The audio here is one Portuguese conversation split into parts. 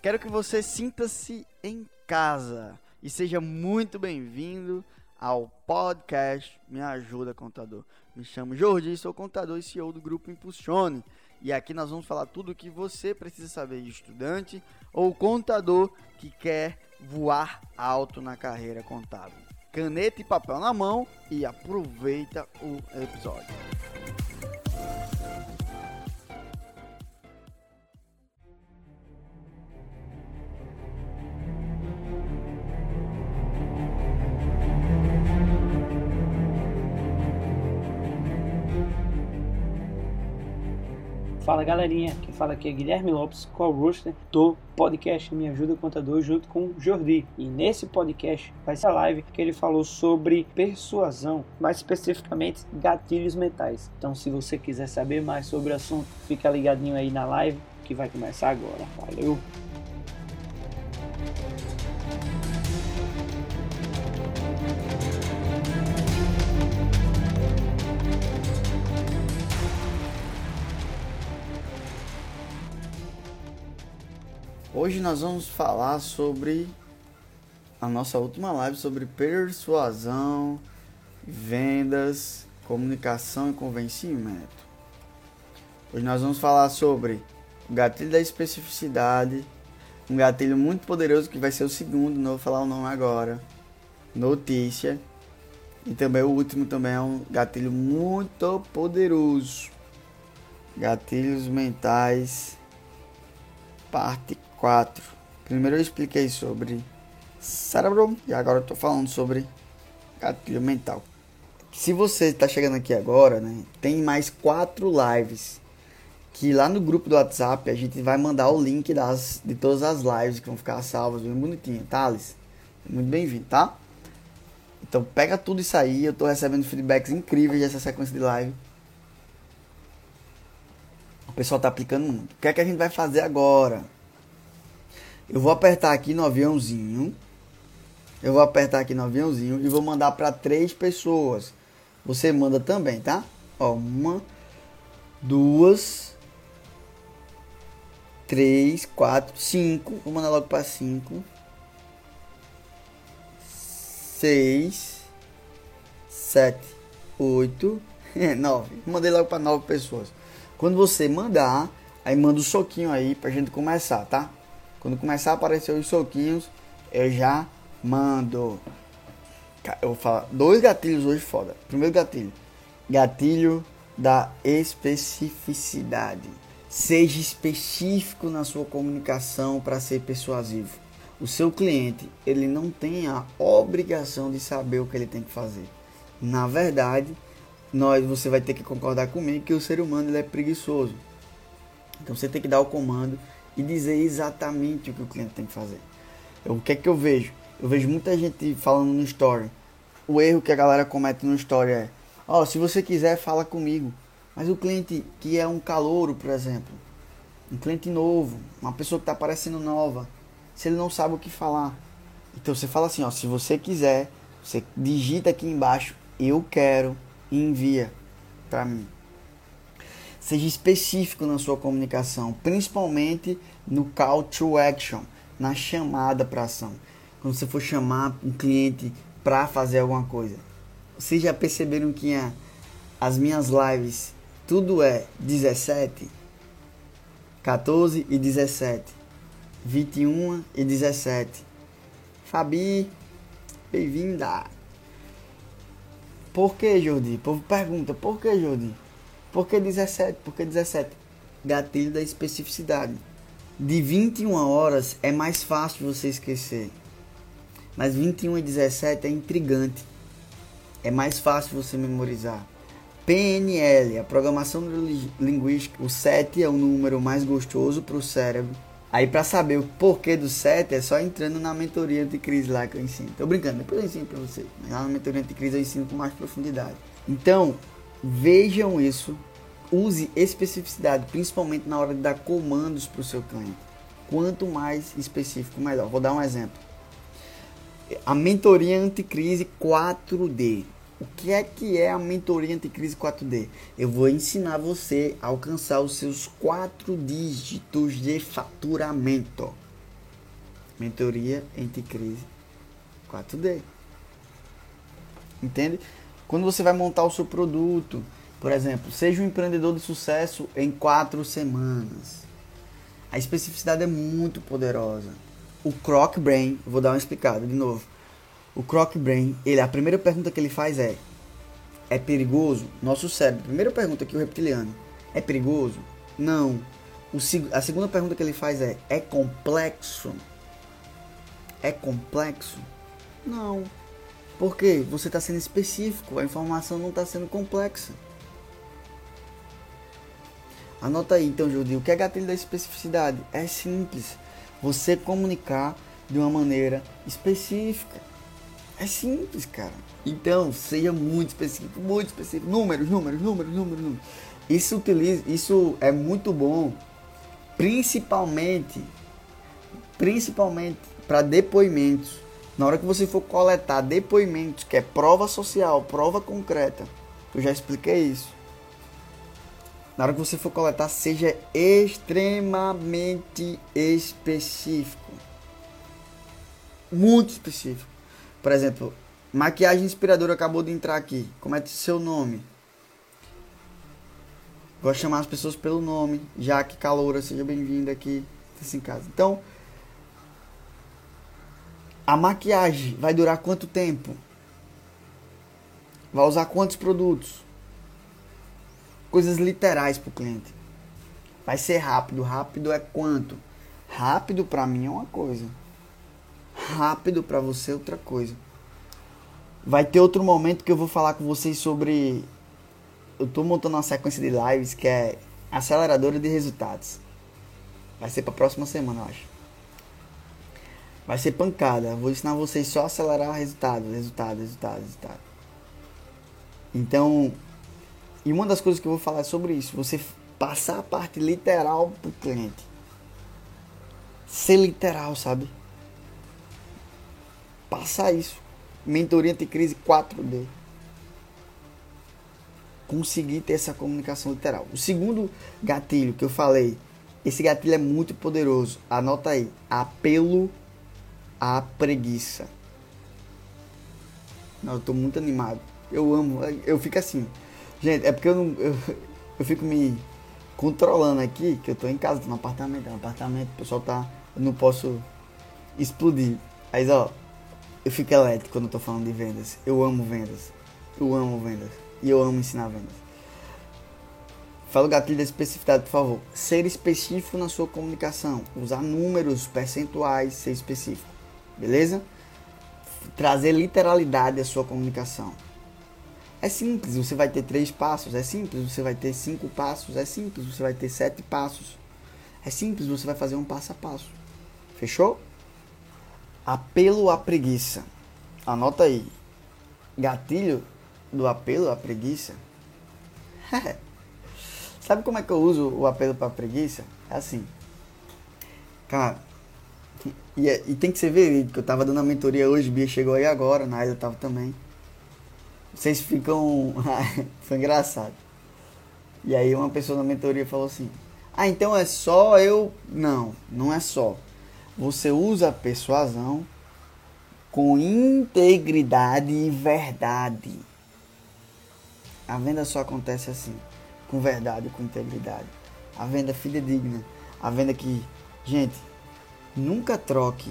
Quero que você sinta-se em casa e seja muito bem-vindo ao podcast Me Ajuda Contador. Me chamo Jordi, sou contador e CEO do Grupo Impulsione. E aqui nós vamos falar tudo o que você precisa saber de estudante ou contador que quer voar alto na carreira contábil. Caneta e papel na mão e aproveita o episódio. Fala galerinha, quem fala aqui é Guilherme Lopes, co-host do podcast Me Ajuda Contador junto com o Jordi. E nesse podcast vai ser a live que ele falou sobre persuasão, mais especificamente gatilhos mentais. Então se você quiser saber mais sobre o assunto, fica ligadinho aí na live que vai começar agora. Valeu! Hoje nós vamos falar sobre a nossa última live sobre persuasão, vendas, comunicação e convencimento. Hoje nós vamos falar sobre o gatilho da especificidade, um gatilho muito poderoso que vai ser o segundo, não vou falar o nome agora, notícia, e também o último também é um gatilho muito poderoso, gatilhos mentais, parte 4. Primeiro eu expliquei sobre cérebro e agora eu tô falando sobre gatilho mental. Se você está chegando aqui agora, né, tem mais 4 lives que lá no grupo do WhatsApp a gente vai mandar o link de todas as lives que vão ficar salvas, bem bonitinho, tá, Alice? Muito bem-vindo, tá? Então pega tudo isso aí, eu tô recebendo feedbacks incríveis dessa sequência de live. O pessoal tá aplicando muito. O que é que a gente vai fazer agora? Eu vou apertar aqui no aviãozinho. E vou mandar para 3 pessoas. Você manda também, tá? Ó, 1, 2, 3, 4, 5. Vou mandar logo para 5. 6, 7, 8, 9. Mandei logo para 9 pessoas. Quando você mandar, aí manda um soquinho aí pra gente começar, tá? Quando começar a aparecer os soquinhos, eu já mando. Eu vou falar 2 gatilhos hoje foda. Primeiro gatilho. Gatilho da especificidade. Seja específico na sua comunicação para ser persuasivo. O seu cliente, ele não tem a obrigação de saber o que ele tem que fazer. Na verdade, você vai ter que concordar comigo que o ser humano ele é preguiçoso. Então você tem que dar o comando e dizer exatamente o que o cliente tem que fazer. O que é que eu vejo? Eu vejo muita gente falando no story. O erro que a galera comete no story é: se você quiser, fala comigo. Mas o cliente que é um calouro, por exemplo, um cliente novo, uma pessoa que está parecendo nova, se ele não sabe o que falar, então você fala assim, se você quiser, você digita aqui embaixo, eu quero, e envia para mim. Seja específico na sua comunicação, principalmente no call to action, na chamada para ação. Quando você for chamar um cliente para fazer alguma coisa. Vocês já perceberam que as minhas lives, tudo é 17, 14 e 17, 21 e 17. Fabi, bem-vinda! Por que, Jordi? O povo pergunta, por que, Jordi? Por que 17? Por que 17? Gatilho da especificidade. De 21 horas é mais fácil você esquecer. Mas 21 e 17 é intrigante. É mais fácil você memorizar. PNL, a programação linguística. O 7 é o número mais gostoso para o cérebro. Aí para saber o porquê do 7 é só entrando na mentoria anticrise lá que eu ensino. Tô brincando, depois eu ensino para vocês. Mas lá na mentoria anticrise eu ensino com mais profundidade. Então, vejam isso. Use especificidade, principalmente na hora de dar comandos para o seu cliente. Quanto mais específico, melhor. Vou dar um exemplo. A mentoria anticrise 4D. O que é a mentoria anticrise 4D? Eu vou ensinar você a alcançar os seus 4 dígitos de faturamento. Mentoria Anticrise 4D. Entende? Quando você vai montar o seu produto, por exemplo, seja um empreendedor de sucesso em 4 semanas. A especificidade é muito poderosa. O Croc Brain, vou dar uma explicada de novo. O Croc Brain, a primeira pergunta que ele faz é perigoso? Nosso cérebro, primeira pergunta aqui, o reptiliano, é perigoso? Não. A segunda pergunta que ele faz é complexo? É complexo? Não. Por quê? Você está sendo específico, a informação não está sendo complexa. Anota aí então, Jordi, o que é gatilho da especificidade? É simples. Você comunicar de uma maneira específica. É simples, cara. Então, seja muito específico, muito específico. Números. Isso é muito bom, principalmente para depoimentos. Na hora que você for coletar depoimentos, que é prova social, prova concreta, eu já expliquei isso. Na hora que você for coletar, seja extremamente específico. Muito específico. Por exemplo, maquiagem inspiradora acabou de entrar aqui. Como é seu nome? Gosto de chamar as pessoas pelo nome. Jaque Caloura, seja bem-vinda aqui. Em casa. Então, a maquiagem vai durar quanto tempo? Vai usar quantos produtos? Coisas literais para o cliente. Vai ser rápido. Rápido é quanto? Rápido para mim é uma coisa. Rápido para você é outra coisa. Vai ter outro momento que eu vou falar com vocês sobre... Eu estou montando uma sequência de lives que é aceleradora de resultados. Vai ser para a próxima semana, eu acho. Vai ser pancada. Vou ensinar vocês só a acelerar resultado. Então, e uma das coisas que eu vou falar é sobre isso. Você passar a parte literal pro cliente. Ser literal, sabe? Passar isso. Mentoria Anticrise 4D. Conseguir ter essa comunicação literal. O segundo gatilho que eu falei, esse gatilho é muito poderoso. Anota aí. Apelo à preguiça. Não, eu tô muito animado. Eu amo. Eu fico assim. Gente, é porque eu fico me controlando aqui, que eu tô em casa, tô no apartamento. O pessoal tá... Eu não posso explodir. Mas, ó, eu fico elétrico quando eu tô falando de vendas. Eu amo vendas. E eu amo ensinar vendas. Fala o gatilho da especificidade, por favor. Ser específico na sua comunicação. Usar números, percentuais, ser específico. Beleza? Trazer literalidade à sua comunicação. É simples, você vai ter 3 passos. É simples, você vai ter 5 passos. É simples, você vai ter 7 passos. É simples, você vai fazer um passo a passo. Fechou? Apelo à preguiça. Anota aí. Gatilho do apelo à preguiça. Sabe como é que eu uso o apelo para preguiça? É assim. Cara, e tem que ser verídico. Eu tava dando a mentoria hoje, Bia chegou aí agora, Naila tava também. Vocês ficam... Foi engraçado. E aí uma pessoa na mentoria falou assim: ah, então é só eu... Não, não é só. Você usa a persuasão com integridade e verdade. A venda só acontece assim, com verdade, com integridade. A venda fidedigna. A venda que... Gente, nunca troque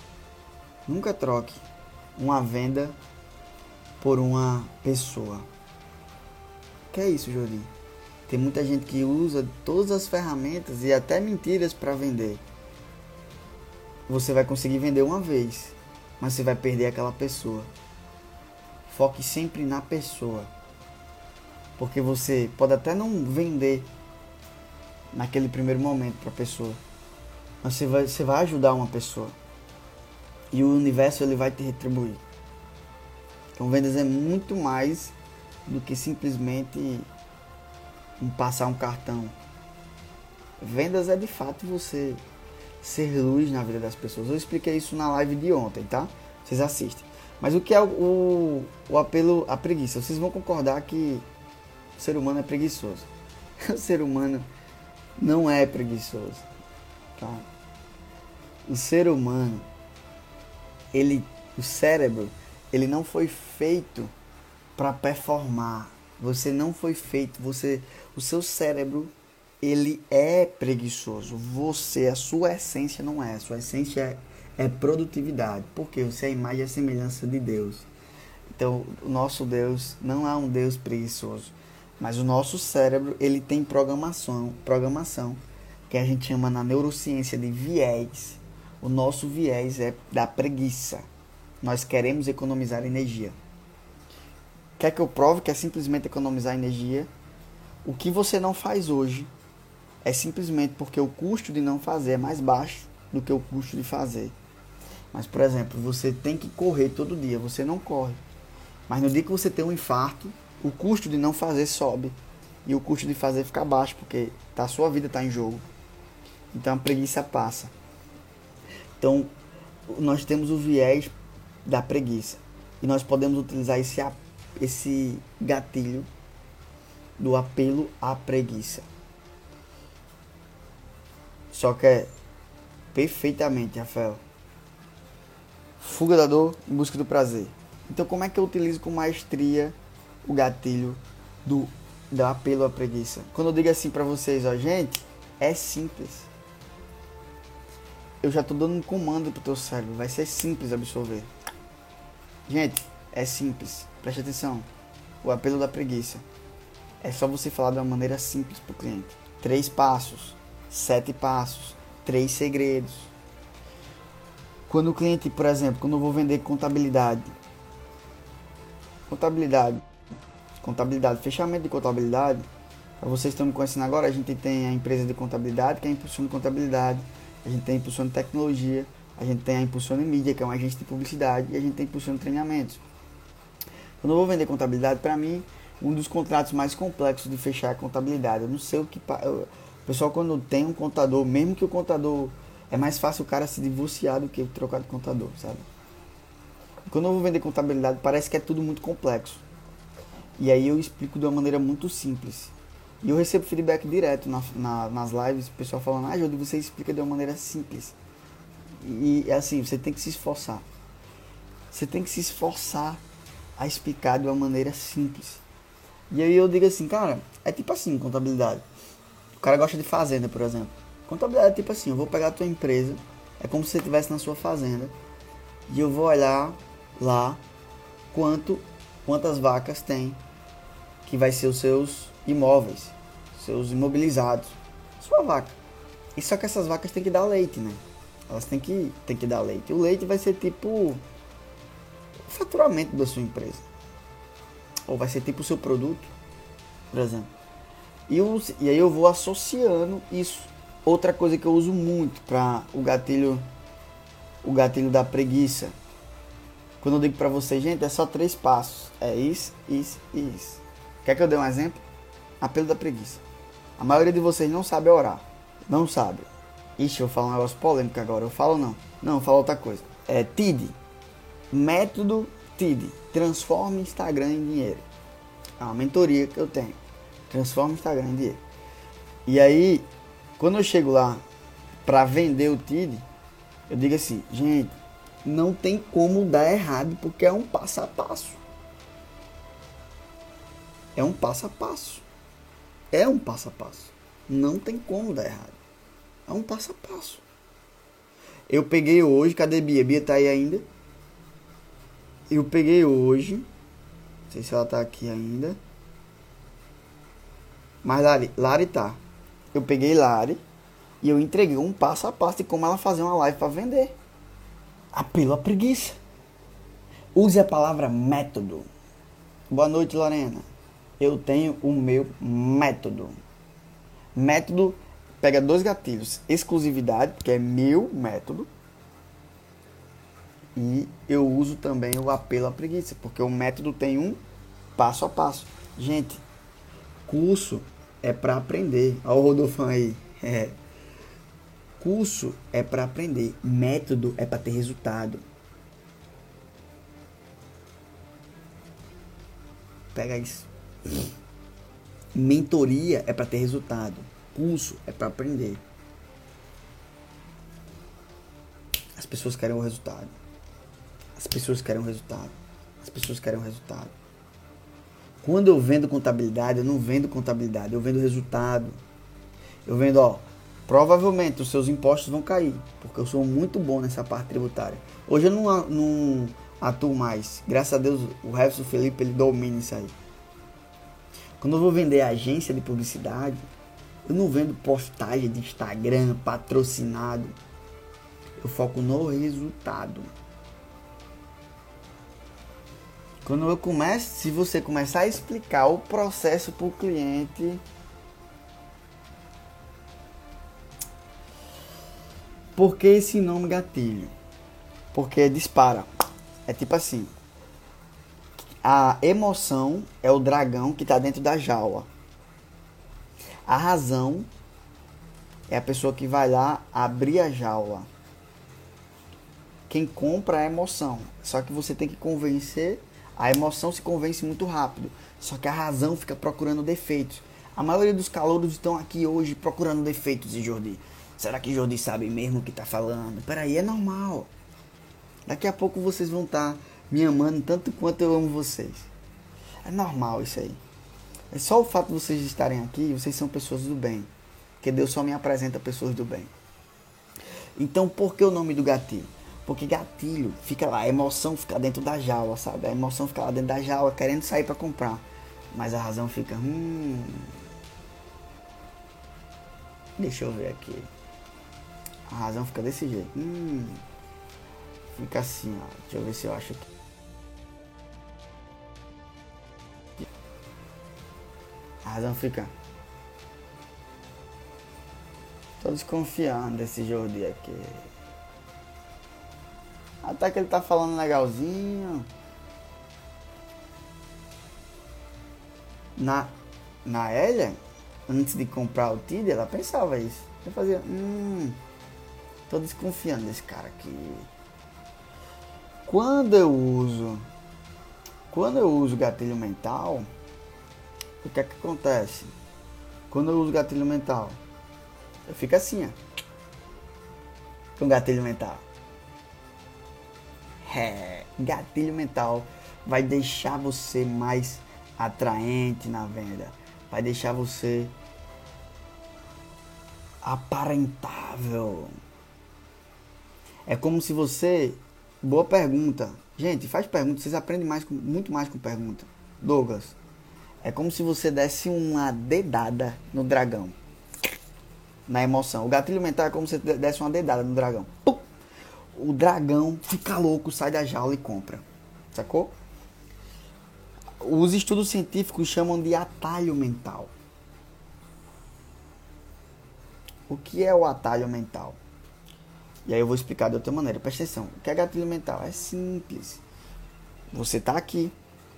uma venda por uma pessoa. Que é isso, Jordi? Tem muita gente que usa todas as ferramentas e até mentiras para vender. Você vai conseguir vender uma vez, mas você vai perder aquela pessoa. Foque sempre na pessoa. Porque você pode até não vender naquele primeiro momento para a pessoa, mas você vai ajudar uma pessoa. E o universo ele vai te retribuir. Então vendas é muito mais do que simplesmente passar um cartão. Vendas é de fato você ser luz na vida das pessoas. Eu expliquei isso na live de ontem, tá? Vocês assistem. Mas o que é o apelo à preguiça? Vocês vão concordar que o ser humano é preguiçoso. O ser humano não é preguiçoso, tá? O ser humano, o cérebro, ele não foi feito para performar. Você não foi feito, o seu cérebro, ele é preguiçoso. A sua essência não é. A sua essência é produtividade. Porque você é a imagem e a semelhança de Deus. Então, o nosso Deus não é um Deus preguiçoso. Mas o nosso cérebro, ele tem programação que a gente chama na neurociência de viés. O nosso viés é da preguiça. Nós queremos economizar energia. Quer que eu prove que é simplesmente economizar energia? O que você não faz hoje é simplesmente porque o custo de não fazer é mais baixo do que o custo de fazer. Mas, por exemplo, você tem que correr todo dia, você não corre. Mas no dia que você tem um infarto, o custo de não fazer sobe. E o custo de fazer fica baixo, porque a sua vida está em jogo. Então a preguiça passa. Então, nós temos o viés da preguiça. E nós podemos utilizar esse gatilho do apelo à preguiça. Só que é perfeitamente, Rafael. Fuga da dor em busca do prazer. Então, como é que eu utilizo com maestria o gatilho do apelo à preguiça? Quando eu digo assim pra vocês, ó, gente, é simples. Eu já tô dando um comando pro teu cérebro. Vai ser simples absorver. Gente, é simples. Preste atenção. O apelo da preguiça. É só você falar de uma maneira simples pro cliente. 3 passos, 7 passos, 3 segredos. Quando o cliente, por exemplo, quando eu vou vender contabilidade, fechamento de contabilidade, para vocês que estão me conhecendo agora, a gente tem a empresa de contabilidade, que é a Impulsione Contabilidade, a gente tem a Impulsione Tecnologia, a gente tem a Impulsione Mídia, que é uma agência de publicidade, e a gente tem a Impulsione Treinamentos. Quando eu vou vender contabilidade, para mim, um dos contratos mais complexos de fechar é a contabilidade. Eu não sei o que... O pessoal, quando tem um contador, mesmo que o contador... É mais fácil o cara se divorciar do que trocar de contador, sabe? Quando eu vou vender contabilidade, parece que é tudo muito complexo. E aí eu explico de uma maneira muito simples. E eu recebo feedback direto nas lives, o pessoal falando, Jordi, você explica de uma maneira simples. E é assim, você tem que se esforçar. Você tem que se esforçar a explicar de uma maneira simples. E aí eu digo assim, cara, é tipo assim, contabilidade. O cara gosta de fazenda, por exemplo. Contabilidade é tipo assim, eu vou pegar a tua empresa, é como se você estivesse na sua fazenda, e eu vou olhar lá quantas vacas tem, que vai ser os seus imóveis, seus imobilizados, sua vaca. E só que essas vacas têm que dar leite, né? Elas têm que dar leite. O leite vai ser tipo o faturamento da sua empresa. Ou vai ser tipo o seu produto, por exemplo. E aí eu vou associando isso. Outra coisa que eu uso muito para o gatilho da preguiça. Quando eu digo para vocês, gente, é só 3 passos. É isso, isso e isso. Quer que eu dê um exemplo? Apelo da preguiça. A maioria de vocês não sabe orar. Não sabe. Ixi, eu vou falar um negócio polêmico agora. Eu falo não. Não, eu falo outra coisa. É TID. Método TID. Transforma Instagram em dinheiro. É uma mentoria que eu tenho. Transforma Instagram em dinheiro. E aí, quando eu chego lá para vender o TID, eu digo assim, gente, não tem como dar errado, porque é um passo a passo. É um passo a passo. É um passo a passo. Não tem como dar errado. É um passo a passo. Eu peguei hoje, cadê Bia? Bia tá aí ainda? Eu peguei hoje, não sei se ela tá aqui ainda, mas Lari tá. Eu peguei Lari e eu entreguei um passo a passo de como ela fazer uma live para vender. Apelo à preguiça. Use a palavra método. Boa noite, Lorena. Eu tenho o meu método. Método pega 2 gatilhos. Exclusividade, que é meu método. E eu uso também o apelo à preguiça, porque o método tem um passo a passo. Gente, curso é para aprender. Olha o Rodolfão aí. Curso é para aprender. Método é para ter resultado. Pega isso. Mentoria é para ter resultado. Curso é para aprender. As pessoas querem o resultado. As pessoas querem o resultado. As pessoas querem o resultado. Quando eu vendo contabilidade, eu não vendo contabilidade, eu vendo resultado. Eu vendo, provavelmente os seus impostos vão cair, porque eu sou muito bom nessa parte tributária. Hoje eu não atuo mais. Graças a Deus, o Jefferson Felipe, ele domina isso aí. Quando eu vou vender agência de publicidade, eu não vendo postagem de Instagram, patrocinado. Eu foco no resultado. Quando eu começo, se você começar a explicar o processo para o cliente, por que esse nome gatilho? Porque dispara. É tipo assim, a emoção é o dragão que está dentro da jaula. A razão é a pessoa que vai lá abrir a jaula. Quem compra é a emoção. Só que você tem que convencer. A emoção se convence muito rápido. Só que a razão fica procurando defeitos. A maioria dos calouros estão aqui hoje procurando defeitos de Jordi. Será que Jordi sabe mesmo o que está falando? Peraí, é normal. Daqui a pouco vocês vão estar me amando tanto quanto eu amo vocês. É normal isso aí. É só o fato de vocês estarem aqui, vocês são pessoas do bem. Porque Deus só me apresenta pessoas do bem. Então, por que o nome do gatilho? Porque gatilho fica lá, a emoção fica dentro da jaula, sabe? A emoção fica lá dentro da jaula, querendo sair para comprar. Mas a razão fica, deixa eu ver aqui. A razão fica desse jeito. Fica assim, ó. Deixa eu ver se eu acho aqui. A razão fica. Tô desconfiando desse Jordi aqui. Até que ele tá falando legalzinho. Na Elia, antes de comprar o Tinder, ela pensava isso. Eu fazia, tô desconfiando desse cara aqui. Quando eu uso gatilho mental, o que é que acontece? Quando eu uso gatilho mental, eu fico assim, ó. Com gatilho mental. Gatilho mental vai deixar você mais atraente na venda. Vai deixar você aparentável. É como se você... Boa pergunta. Gente, faz pergunta. Vocês aprendem muito mais com pergunta. Douglas, é como se você desse uma dedada no dragão. Na emoção. O gatilho mental é como se você desse uma dedada no dragão. Pum! O dragão fica louco, sai da jaula e compra. Sacou? Os estudos científicos chamam de atalho mental. O que é o atalho mental? E aí eu vou explicar de outra maneira. Presta atenção. O que é gatilho mental? É simples. Você tá aqui.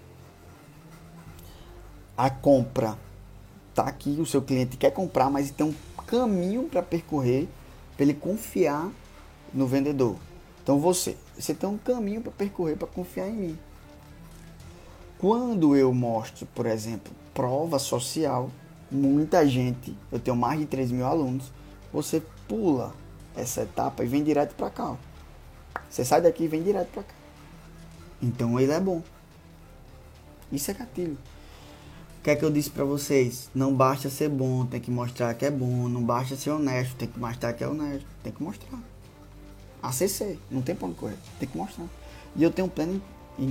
A compra tá aqui. O seu cliente quer comprar, mas tem um caminho para percorrer para ele confiar no vendedor. Então você tem um caminho para percorrer para confiar em mim. Quando eu mostro, por exemplo, prova social, muita gente, eu tenho mais de 3.000 alunos, você pula essa etapa e vem direto para cá. Ó. Você sai daqui e vem direto para cá. Então ele é bom. Isso é gatilho. O que é que eu disse para vocês? Não basta ser bom, tem que mostrar que é bom. Não basta ser honesto, tem que mostrar que é honesto. Tem que mostrar. ACC, não tem pra onde correr, tem que mostrar. E eu tenho pleno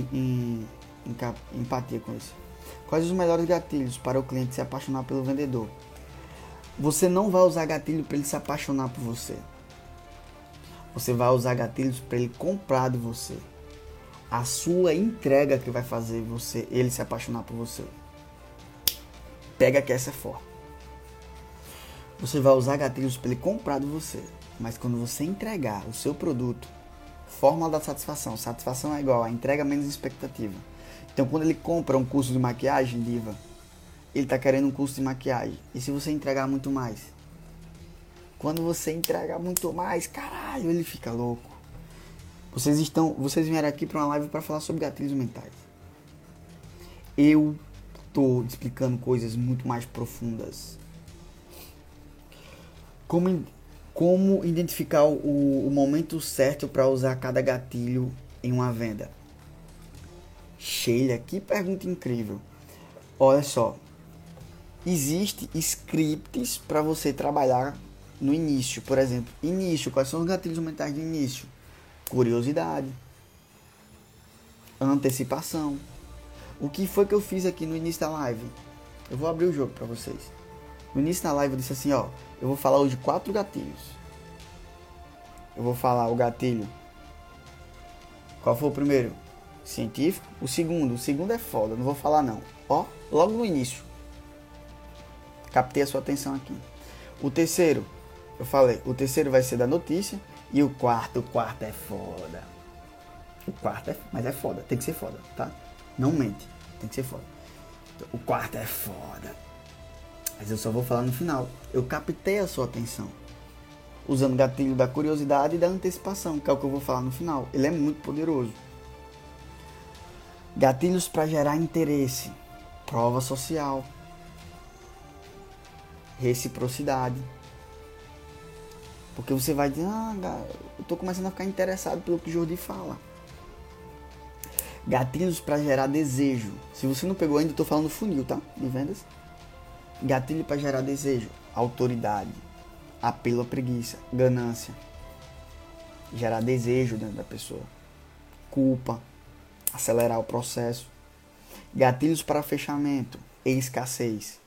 empatia com isso. Quais os melhores gatilhos para o cliente se apaixonar pelo vendedor? Você não vai usar gatilho para ele se apaixonar por você. Você vai usar gatilhos para ele comprar de você. A sua entrega que vai fazer ele se apaixonar por você. Pega que essa é forte. Você vai usar gatilhos para ele comprar de você. Mas quando você entregar o seu produto, fórmula da satisfação. Satisfação é igual a entrega menos expectativa. Então, quando ele compra um curso de maquiagem, diva, ele está querendo um curso de maquiagem. E se você entregar muito mais? Quando você entregar muito mais, caralho, ele fica louco. Vocês vieram aqui para uma live para falar sobre gatilhos mentais. Eu estou explicando coisas muito mais profundas. Como identificar o momento certo para usar cada gatilho em uma venda? Sheila, que pergunta incrível. Olha só, existe scripts para você trabalhar no início. Por exemplo, início, quais são os gatilhos mentais de início? Curiosidade, antecipação. O que foi que eu fiz aqui no início da live? Eu vou abrir o jogo para vocês. No início da live eu disse assim, ó, eu vou falar hoje 4 gatilhos. Eu vou falar o gatilho. Qual foi o primeiro? Científico. O segundo é foda, não vou falar não. Ó, logo no início. Captei a sua atenção aqui. O terceiro, eu falei, o terceiro vai ser da notícia. E o quarto é foda. Mas é foda, tem que ser foda, tá? Não mente, tem que ser foda. O quarto é foda. Mas eu só vou falar no final. Eu captei a sua atenção. Usando o gatilho da curiosidade e da antecipação, que é o que eu vou falar no final. Ele é muito poderoso. Gatilhos para gerar interesse. Prova social. Reciprocidade. Porque você vai dizer, eu tô começando a ficar interessado pelo que o Jordi fala. Gatilhos para gerar desejo. Se você não pegou ainda, eu tô falando funil, tá? De vendas. Gatilho para gerar desejo. Autoridade. Apelo à preguiça. Ganância. Gerar desejo dentro da pessoa. Culpa. Acelerar o processo. Gatilhos para fechamento. Escassez.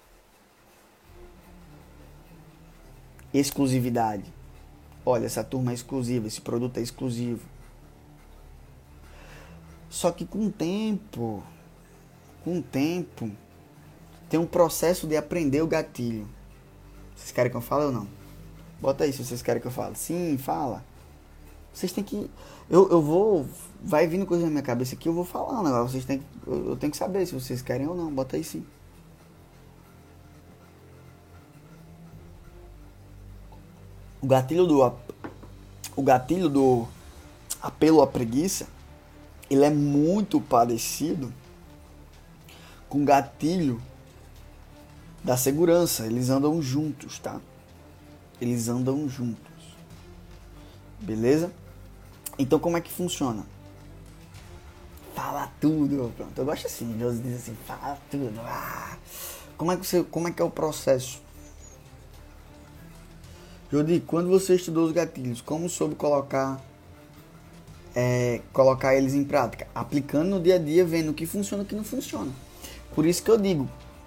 Exclusividade. Olha, essa turma é exclusiva, esse produto é exclusivo. Só que com o tempo, tem um processo de aprender o gatilho. Vocês querem que eu fale ou não? Bota aí se vocês querem que eu fale. Sim, fala. Vocês têm que... Eu vou... Vai vindo coisa na minha cabeça aqui, eu vou falando. Agora vocês têm que... Eu tenho que saber se vocês querem ou não. Bota aí sim. O gatilho do apelo à preguiça, ele é muito parecido com o gatilho da segurança. Eles andam juntos, tá? Eles andam juntos. Beleza? Então como é que funciona? Fala tudo. Pronto, eu gosto assim. Deus diz assim, fala tudo. Como é que é o processo? Jordi, quando você estudou os gatilhos, como soube colocar eles em prática? Aplicando no dia a dia, vendo o que funciona e o que não funciona. Por isso que eu digo,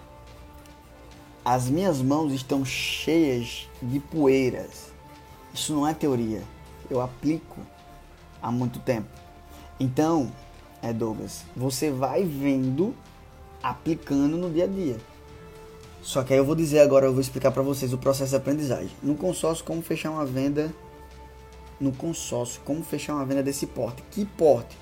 as minhas mãos estão cheias de poeiras. Isso não é teoria. Eu aplico há muito tempo. Então, Douglas, você vai vendo, aplicando no dia a dia. Só que aí eu vou dizer agora, eu vou explicar para vocês o processo de aprendizagem. No consórcio, como fechar uma venda desse porte. Que porte?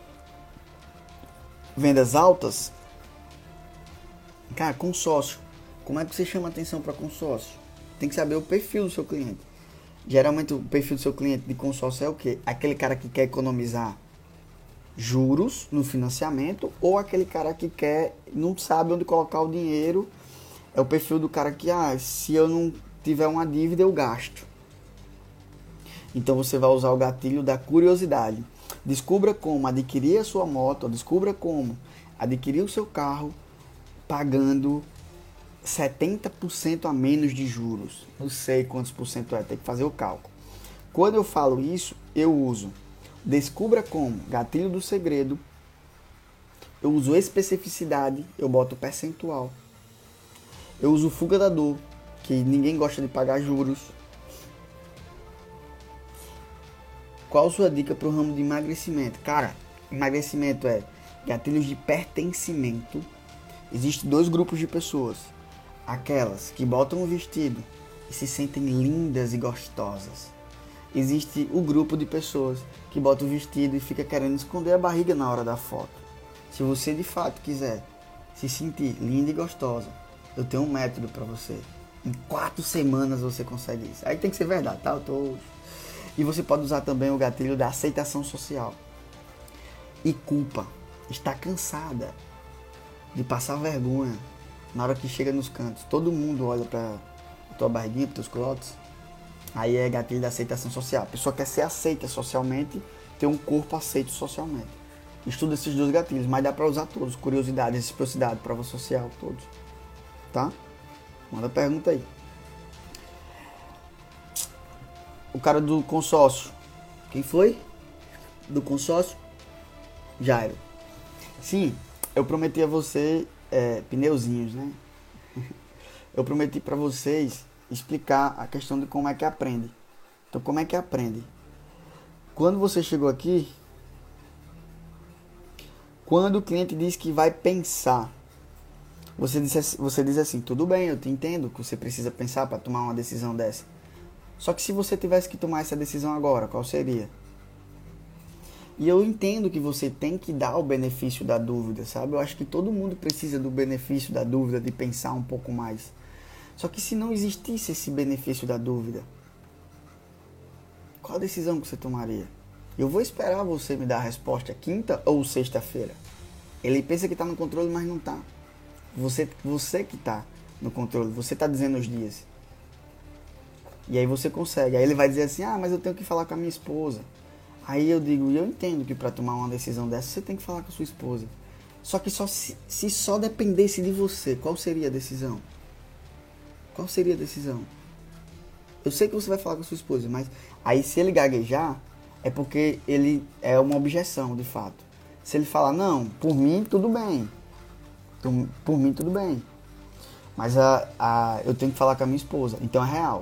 Vendas altas? Cara, consórcio. Como é que você chama atenção para consórcio? Tem que saber o perfil do seu cliente. Geralmente o perfil do seu cliente de consórcio é o quê? Aquele cara que quer economizar juros no financiamento ou aquele cara que não sabe onde colocar o dinheiro. É o perfil do cara que, se eu não tiver uma dívida, eu gasto. Então você vai usar o gatilho da curiosidade. Descubra como adquirir a sua moto, descubra como adquirir o seu carro pagando 70% a menos de juros. Não sei quantos por cento é, tem que fazer o cálculo. Quando eu falo isso, eu uso descubra como, gatilho do segredo. Eu uso especificidade, eu boto percentual. Eu uso fuga da dor, que ninguém gosta de pagar juros. Qual a sua dica para o ramo de emagrecimento? Cara, emagrecimento é gatilhos de pertencimento. Existem 2 grupos de pessoas. Aquelas que botam o vestido e se sentem lindas e gostosas. Existe o grupo de pessoas que botam o vestido e fica querendo esconder a barriga na hora da foto. Se você de fato quiser se sentir linda e gostosa, eu tenho um método para você. Em 4 semanas você consegue isso. Aí tem que ser verdade, tá? E você pode usar também o gatilho da aceitação social. E culpa. Está cansada de passar vergonha na hora que chega nos cantos. Todo mundo olha para tua barriguinha, para teus colotes. Aí é gatilho da aceitação social. A pessoa quer ser aceita socialmente, ter um corpo aceito socialmente. Estuda esses 2 gatilhos, mas dá pra usar todos. Curiosidade, reciprocidade, prova social, todos. Tá? Manda pergunta aí. O cara do consórcio. Quem foi? Do consórcio? Jairo. Sim, eu prometi a você pneuzinhos, né? Eu prometi pra vocês explicar a questão de como é que aprende. Então, como é que aprende? Quando você chegou aqui, quando o cliente diz que vai pensar, você diz assim, tudo bem, eu te entendo que você precisa pensar para tomar uma decisão dessa. Só que se você tivesse que tomar essa decisão agora, qual seria? E eu entendo que você tem que dar o benefício da dúvida, sabe? Eu acho que todo mundo precisa do benefício da dúvida, de pensar um pouco mais. Só que se não existisse esse benefício da dúvida, qual a decisão que você tomaria? Eu vou esperar você me dar a resposta quinta ou sexta-feira. Ele pensa que está no controle, mas não está. Você que está no controle, você está dizendo os dias. E aí você consegue. Aí ele vai dizer assim, mas eu tenho que falar com a minha esposa. Aí eu digo, eu entendo que para tomar uma decisão dessa, você tem que falar com a sua esposa. Só que se só dependesse de você, qual seria a decisão? Qual seria a decisão? Eu sei que você vai falar com a sua esposa, mas aí se ele gaguejar, é porque ele é uma objeção, de fato. Se ele falar, não, por mim, tudo bem. Por mim, tudo bem. Mas eu tenho que falar com a minha esposa. Então é real.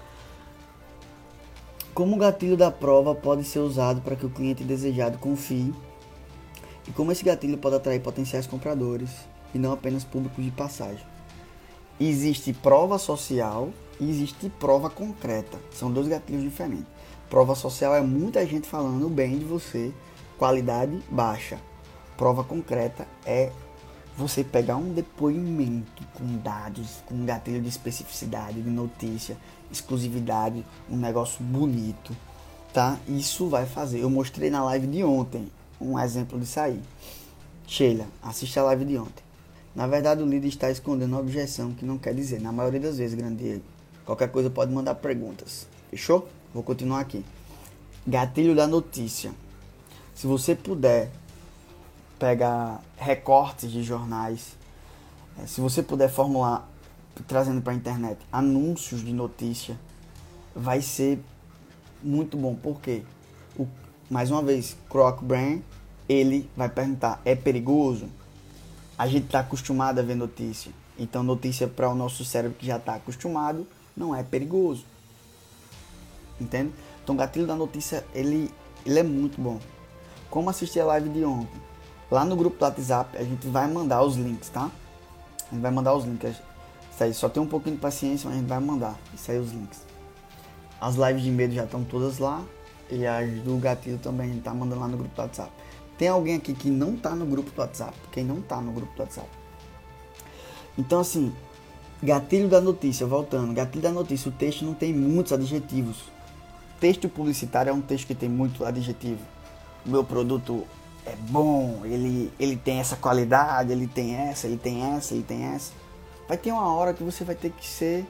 Como o gatilho da prova pode ser usado para que o cliente desejado confie? E como esse gatilho pode atrair potenciais compradores e não apenas públicos de passagem? Existe prova social e existe prova concreta. São 2 gatilhos diferentes. Prova social é muita gente falando bem de você, qualidade baixa. Prova concreta é você pegar um depoimento com dados, com um gatilho de especificidade, de notícia, exclusividade, um negócio bonito, tá? Isso vai fazer. Eu mostrei na live de ontem um exemplo disso aí. Sheila, assiste a live de ontem. Na verdade, o líder está escondendo uma objeção que não quer dizer. Na maioria das vezes, grande Diego. Qualquer coisa pode mandar perguntas. Fechou? Vou continuar aqui. Gatilho da notícia. Se você puder pegar recortes de jornais, se você puder formular, trazendo para a internet, anúncios de notícia, vai ser muito bom. Por quê? Mais uma vez, Croc Brand, ele vai perguntar, é perigoso? A gente está acostumado a ver notícia. Então, notícia para o nosso cérebro que já está acostumado, não é perigoso. Entende? Então, o gatilho da notícia, ele é muito bom. Como assistir a live de ontem? Lá no grupo do WhatsApp, a gente vai mandar os links, tá? A gente vai mandar os links. Isso aí, só tem um pouquinho de paciência, mas a gente vai mandar. Isso aí, os links. As lives de medo já estão todas lá. E as do gatilho também, a gente tá mandando lá no grupo do WhatsApp. Tem alguém aqui que não tá no grupo do WhatsApp? Quem não tá no grupo do WhatsApp? Então, assim, gatilho da notícia, voltando. Gatilho da notícia, o texto não tem muitos adjetivos. Texto publicitário é um texto que tem muito adjetivo. O meu produto é bom, ele tem essa qualidade, ele tem essa, ele tem essa, ele tem essa. Vai ter uma hora que você vai ter que ser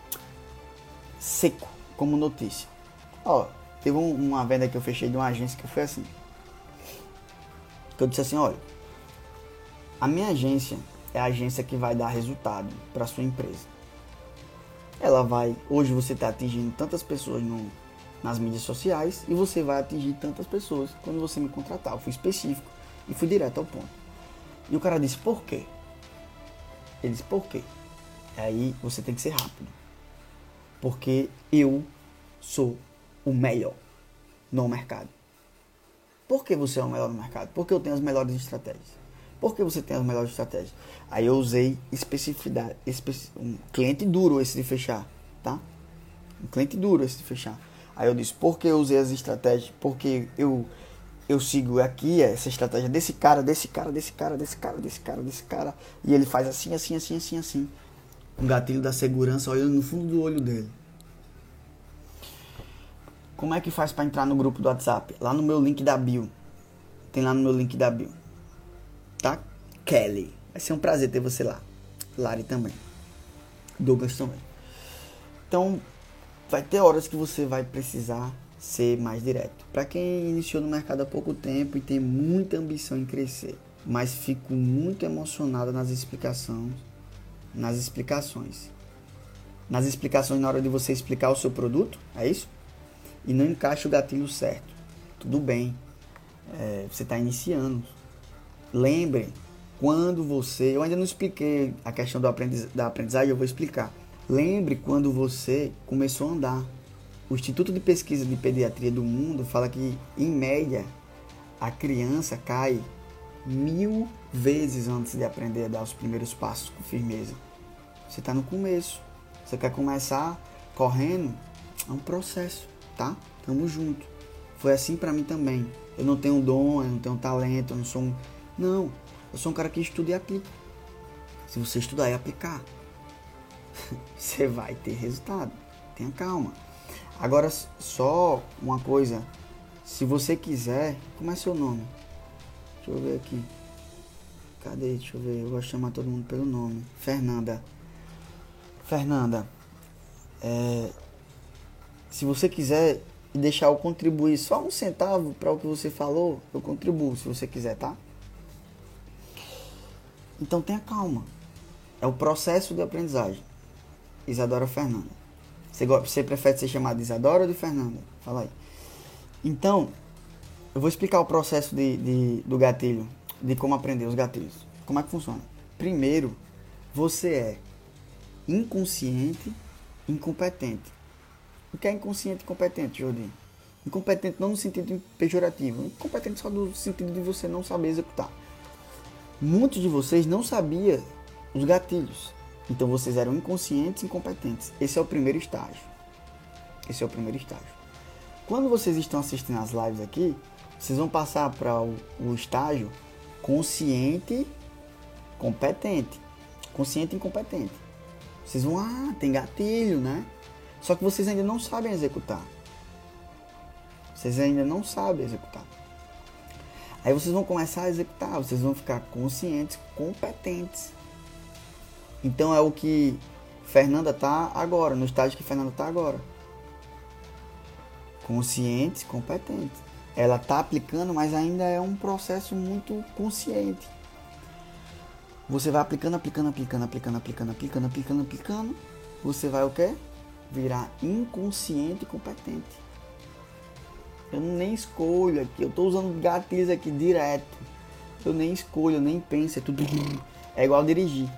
seco, como notícia. Ó, teve uma venda que eu fechei de uma agência que foi assim. Que eu disse assim, olha, a minha agência é a agência que vai dar resultado para sua empresa. Ela vai, hoje você está atingindo tantas pessoas nas mídias sociais e você vai atingir tantas pessoas quando você me contratar. Eu fui específico e fui direto ao ponto. E o cara disse, por quê? Ele disse, por quê? Aí você tem que ser rápido. Porque eu sou o melhor no mercado. Por que você é o melhor no mercado? Porque eu tenho as melhores estratégias. Por que você tem as melhores estratégias? Aí eu usei especificidade. Um cliente duro esse de fechar, tá? Um cliente duro esse de fechar. Aí eu disse, por que eu usei as estratégias? Porque eu sigo aqui essa estratégia desse cara. E ele faz assim. Um gatilho da segurança olhando no fundo do olho dele. Como é que faz para entrar no grupo do WhatsApp? Lá no meu link da bio. Tem lá no meu link da bio. Tá? Kelly. Vai ser um prazer ter você lá. Lari também. Douglas também. Então, vai ter horas que você vai precisar ser mais direto. Para quem iniciou no mercado há pouco tempo e tem muita ambição em crescer, mas fico muito emocionado nas explicações na hora de você explicar o seu produto, é isso? E não encaixa o gatilho certo. Tudo bem, você está iniciando. Lembre, quando você... Eu ainda não expliquei a questão da aprendizagem, eu vou explicar. Lembre quando você começou a andar. O Instituto de Pesquisa de Pediatria do Mundo fala que, em média, a criança cai 1000 vezes antes de aprender a dar os primeiros passos com firmeza. Você está no começo. Você quer começar correndo? É um processo, tá? Tamo junto. Foi assim pra mim também. Eu não tenho dom, eu não tenho talento, eu não sou um... Não, eu sou um cara que estuda e aplica. Se você estudar e aplicar, você vai ter resultado. Tenha calma. Agora, só uma coisa. Se você quiser... Como é seu nome? Deixa eu ver aqui. Cadê? Deixa eu ver. Eu gosto de chamar todo mundo pelo nome. Fernanda. Se você quiser deixar eu contribuir só 1 centavo para o que você falou, eu contribuo, se você quiser, tá? Então tenha calma. É o processo de aprendizagem. Isadora Fernanda. Você prefere ser chamada de Isadora ou de Fernanda? Fala aí. Então, eu vou explicar o processo do gatilho, de como aprender os gatilhos. Como é que funciona? Primeiro, você é inconsciente, incompetente. O que é inconsciente e incompetente, Jordi? Incompetente não no sentido pejorativo, incompetente só no sentido de você não saber executar. Muitos de vocês não sabiam os gatilhos, então vocês eram inconscientes e incompetentes. Esse é o primeiro estágio. Quando vocês estão assistindo as lives aqui, vocês vão passar para o estágio consciente, competente. Consciente e incompetente. Vocês vão, tem gatilho, né? Só que vocês ainda não sabem executar. Aí vocês vão começar a executar, vocês vão ficar conscientes, competentes. Então é o que Fernanda está agora, no estágio que Fernanda está agora. Consciente, competente. Ela está aplicando, mas ainda é um processo muito consciente. Você vai aplicando. Você vai o quê? Virar inconsciente e competente. Eu nem escolho aqui. Eu estou usando gatilhos aqui direto. Eu nem escolho, eu nem penso. É tudo. É igual dirigir.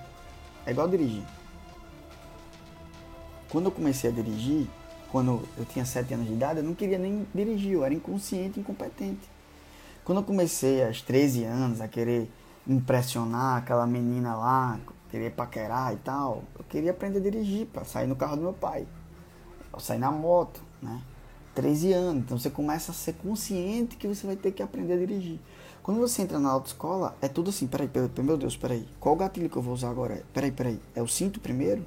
Quando eu comecei a dirigir, quando eu tinha 7 anos de idade, eu não queria nem dirigir. Eu era inconsciente e incompetente. Quando eu comecei aos 13 anos a querer impressionar aquela menina lá, querer paquerar e tal, eu queria aprender a dirigir para sair no carro do meu pai. Eu sair na moto, né? 13 anos, então você começa a ser consciente que você vai ter que aprender a dirigir. Quando você entra na autoescola, é tudo assim, meu Deus, peraí, qual gatilho que eu vou usar agora? Peraí, é o cinto primeiro?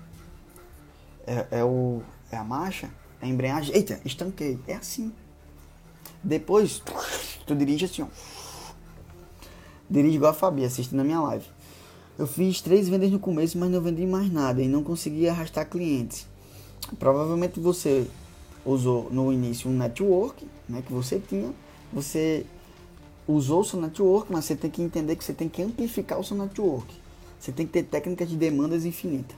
É a marcha? É a embreagem? Eita, estanquei, é assim. Depois, tu dirige assim, ó. Dirige igual a Fabi, assistindo a minha live. Eu fiz 3 vendas no começo, mas não vendi mais nada e não consegui arrastar clientes. Provavelmente você usou no início um network, né, que você tinha. Você usou o seu network, mas você tem que entender que você tem que amplificar o seu network. Você tem que ter técnicas de demandas infinitas.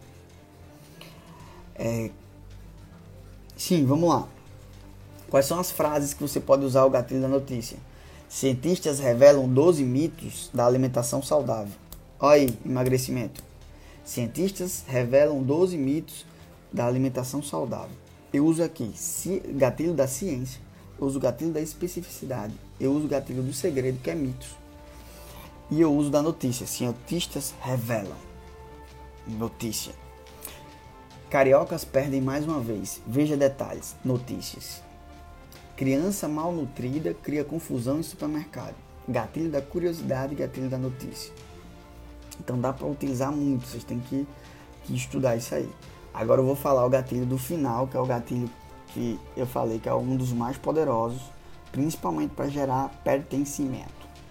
Sim, vamos lá. Quais são as frases que você pode usar o gatilho da notícia? Cientistas revelam 12 mitos da alimentação saudável. Olha aí, emagrecimento. Cientistas revelam 12 mitos da alimentação saudável. Eu uso aqui gatilho da ciência, eu uso gatilho da especificidade, eu uso gatilho do segredo, que é mitos. E eu uso da notícia. Cientistas revelam. Notícia. Cariocas perdem mais uma vez. Veja detalhes. Notícias. Criança mal nutrida cria confusão em supermercado. Gatilho da curiosidade, gatilho da notícia. Então dá para utilizar muito, vocês têm que estudar isso aí. Agora eu vou falar o gatilho do final, que é o gatilho que eu falei que é um dos mais poderosos, principalmente para gerar pertencimento.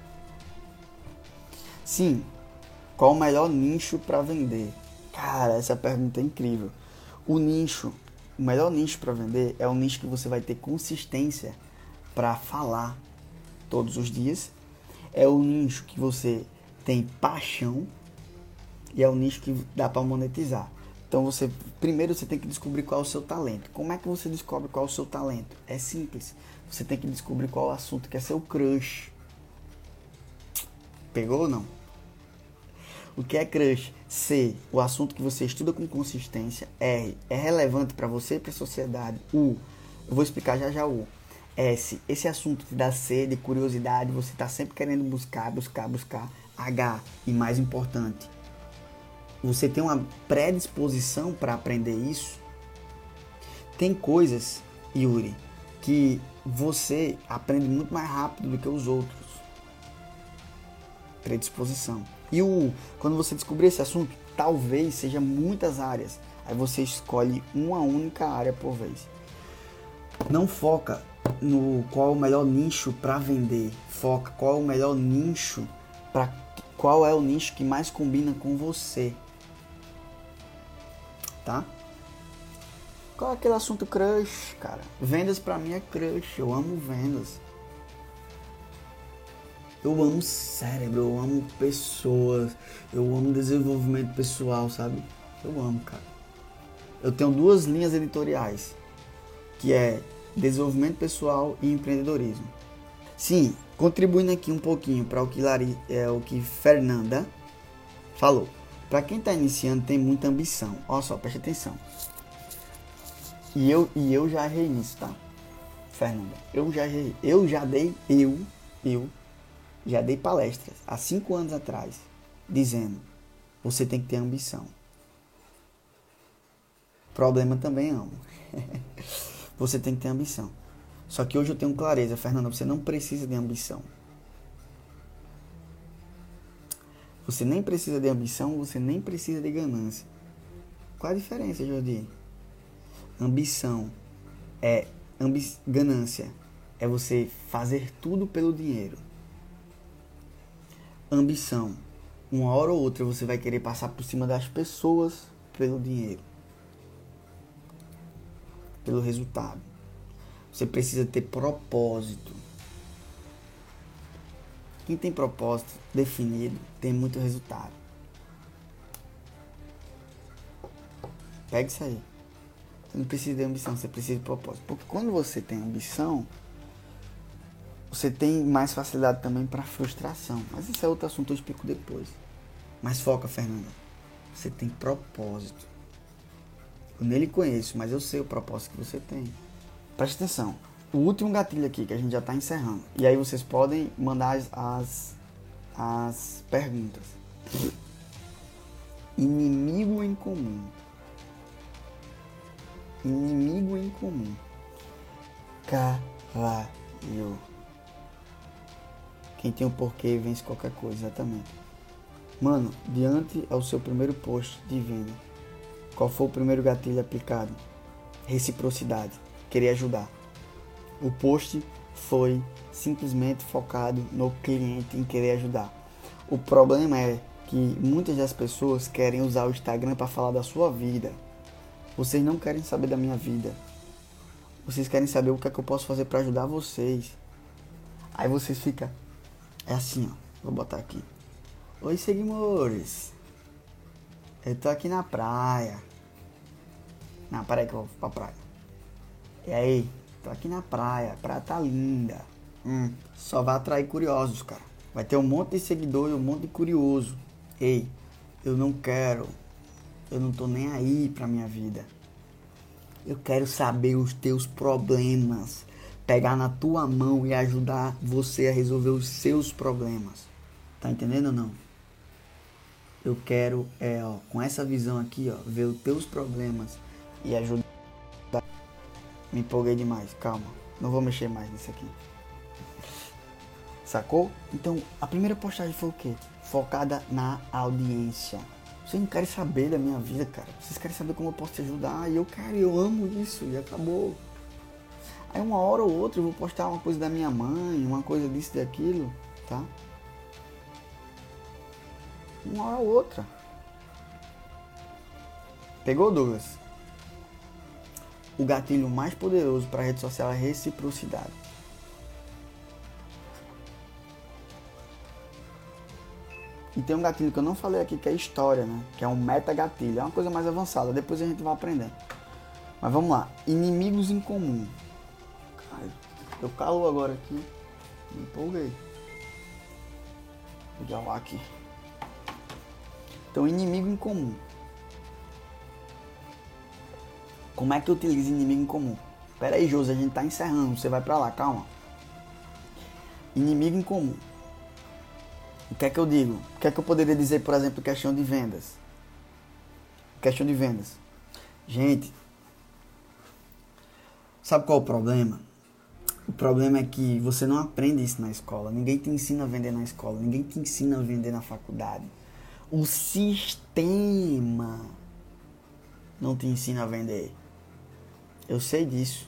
Sim, qual o melhor nicho para vender? Cara, essa pergunta é incrível. O nicho o melhor nicho para vender é o nicho que você vai ter consistência para falar todos os dias. É o nicho que você tem paixão e é o nicho que dá para monetizar. Então primeiro você tem que descobrir qual é o seu talento. Como é que você descobre qual é o seu talento? É simples. Você tem que descobrir qual é o assunto que é seu crush. Pegou ou não? O que é crush? C, o assunto que você estuda com consistência. R, é relevante para você e para a sociedade. U, eu vou explicar já o. S, esse assunto te dá sede, curiosidade, você está sempre querendo buscar. H, e mais importante, você tem uma predisposição para aprender isso. Tem coisas, Yuri, que você aprende muito mais rápido do que os outros. Predisposição. E quando você descobrir esse assunto, talvez seja muitas áreas. Aí você escolhe uma única área por vez. Não foca no qual é o melhor nicho para vender. Foca qual é o melhor nicho para qual é o nicho que mais combina com você. Tá? Qual é aquele assunto crush, cara? Vendas pra mim é crush. Eu amo vendas. Eu amo cérebro, eu amo pessoas, eu amo desenvolvimento pessoal, sabe? Eu amo, cara. Eu tenho 2 linhas editoriais, que é desenvolvimento pessoal e empreendedorismo. Sim, contribuindo aqui um pouquinho para o que Fernanda falou. Para quem está iniciando, tem muita ambição. Olha só, preste atenção. E eu já errei nisso, tá? Fernanda, eu já dei palestras há 5 anos atrás, dizendo, você tem que ter ambição. Problema também amo. Você tem que ter ambição. Só que hoje eu tenho clareza, Fernanda, você não precisa de ambição. Você nem precisa de ambição, você nem precisa de ganância. Qual a diferença, Jordi? Ambição é ganância. É você fazer tudo pelo dinheiro. Ambição. Uma hora ou outra você vai querer passar por cima das pessoas pelo dinheiro. Pelo resultado. Você precisa ter propósito. Quem tem propósito definido tem muito resultado. Pega isso aí. Você não precisa de ambição, você precisa de propósito. Porque quando você tem ambição, você tem mais facilidade também para frustração. Mas isso é outro assunto, eu explico depois. Mas foca, Fernanda. Você tem propósito. Eu nem lhe conheço, mas eu sei o propósito que você tem. Preste atenção. O último gatilho aqui, que a gente já está encerrando. E aí vocês podem mandar as perguntas. Inimigo em comum. Inimigo em comum. Cavalo. Quem tem um porquê vence qualquer coisa, exatamente. Mano, diante ao seu primeiro post de venda, qual foi o primeiro gatilho aplicado? Reciprocidade. Querer ajudar. O post foi simplesmente focado no cliente, em querer ajudar. O problema é que muitas das pessoas querem usar o Instagram para falar da sua vida. Vocês não querem saber da minha vida. Vocês querem saber o que é que eu posso fazer para ajudar vocês. Aí vocês ficam... É assim, ó. Vou botar aqui. Oi, seguidores. Eu tô aqui na praia. Não, peraí que eu vou pra praia. E aí? Tô aqui na praia. A praia tá linda. Só vai atrair curiosos, cara. Vai ter um monte de seguidor e um monte de curioso. Ei, eu não quero. Eu não tô nem aí pra minha vida. Eu quero saber os teus problemas. Pegar na tua mão e ajudar você a resolver os seus problemas. Tá entendendo ou não? Eu quero, com essa visão aqui, ver os teus problemas e ajudar. Me empolguei demais, calma. Não vou mexer mais nisso aqui. Sacou? Então, a primeira postagem foi o quê? Focada na audiência. Vocês não querem saber da minha vida, cara. Vocês querem saber como eu posso te ajudar. E eu quero, eu amo isso. E acabou. Aí uma hora ou outra eu vou postar uma coisa da minha mãe, uma coisa disso e daquilo, tá? Uma hora ou outra. Pegou, Douglas? o gatilho mais poderoso para a rede social é reciprocidade. E tem um gatilho que eu não falei aqui, que é história, né? Que é um metagatilho. É uma coisa mais avançada, depois a gente vai aprender. Mas vamos lá. Inimigos em comum. Ai, deu calor agora aqui. Me empolguei. Vou ligar aqui. Então, inimigo em comum. Como é que eu utilizo inimigo em comum? Pera aí, Josi, a gente tá encerrando. Você vai pra lá, calma. Inimigo em comum. O que é que eu digo? O que é que eu poderia dizer, por exemplo, questão de vendas? Questão de vendas. Gente, sabe qual é o problema? O problema é que você não aprende isso na escola. Ninguém te ensina a vender na escola. Ninguém te ensina a vender na faculdade. O sistema não te ensina a vender. Eu sei disso.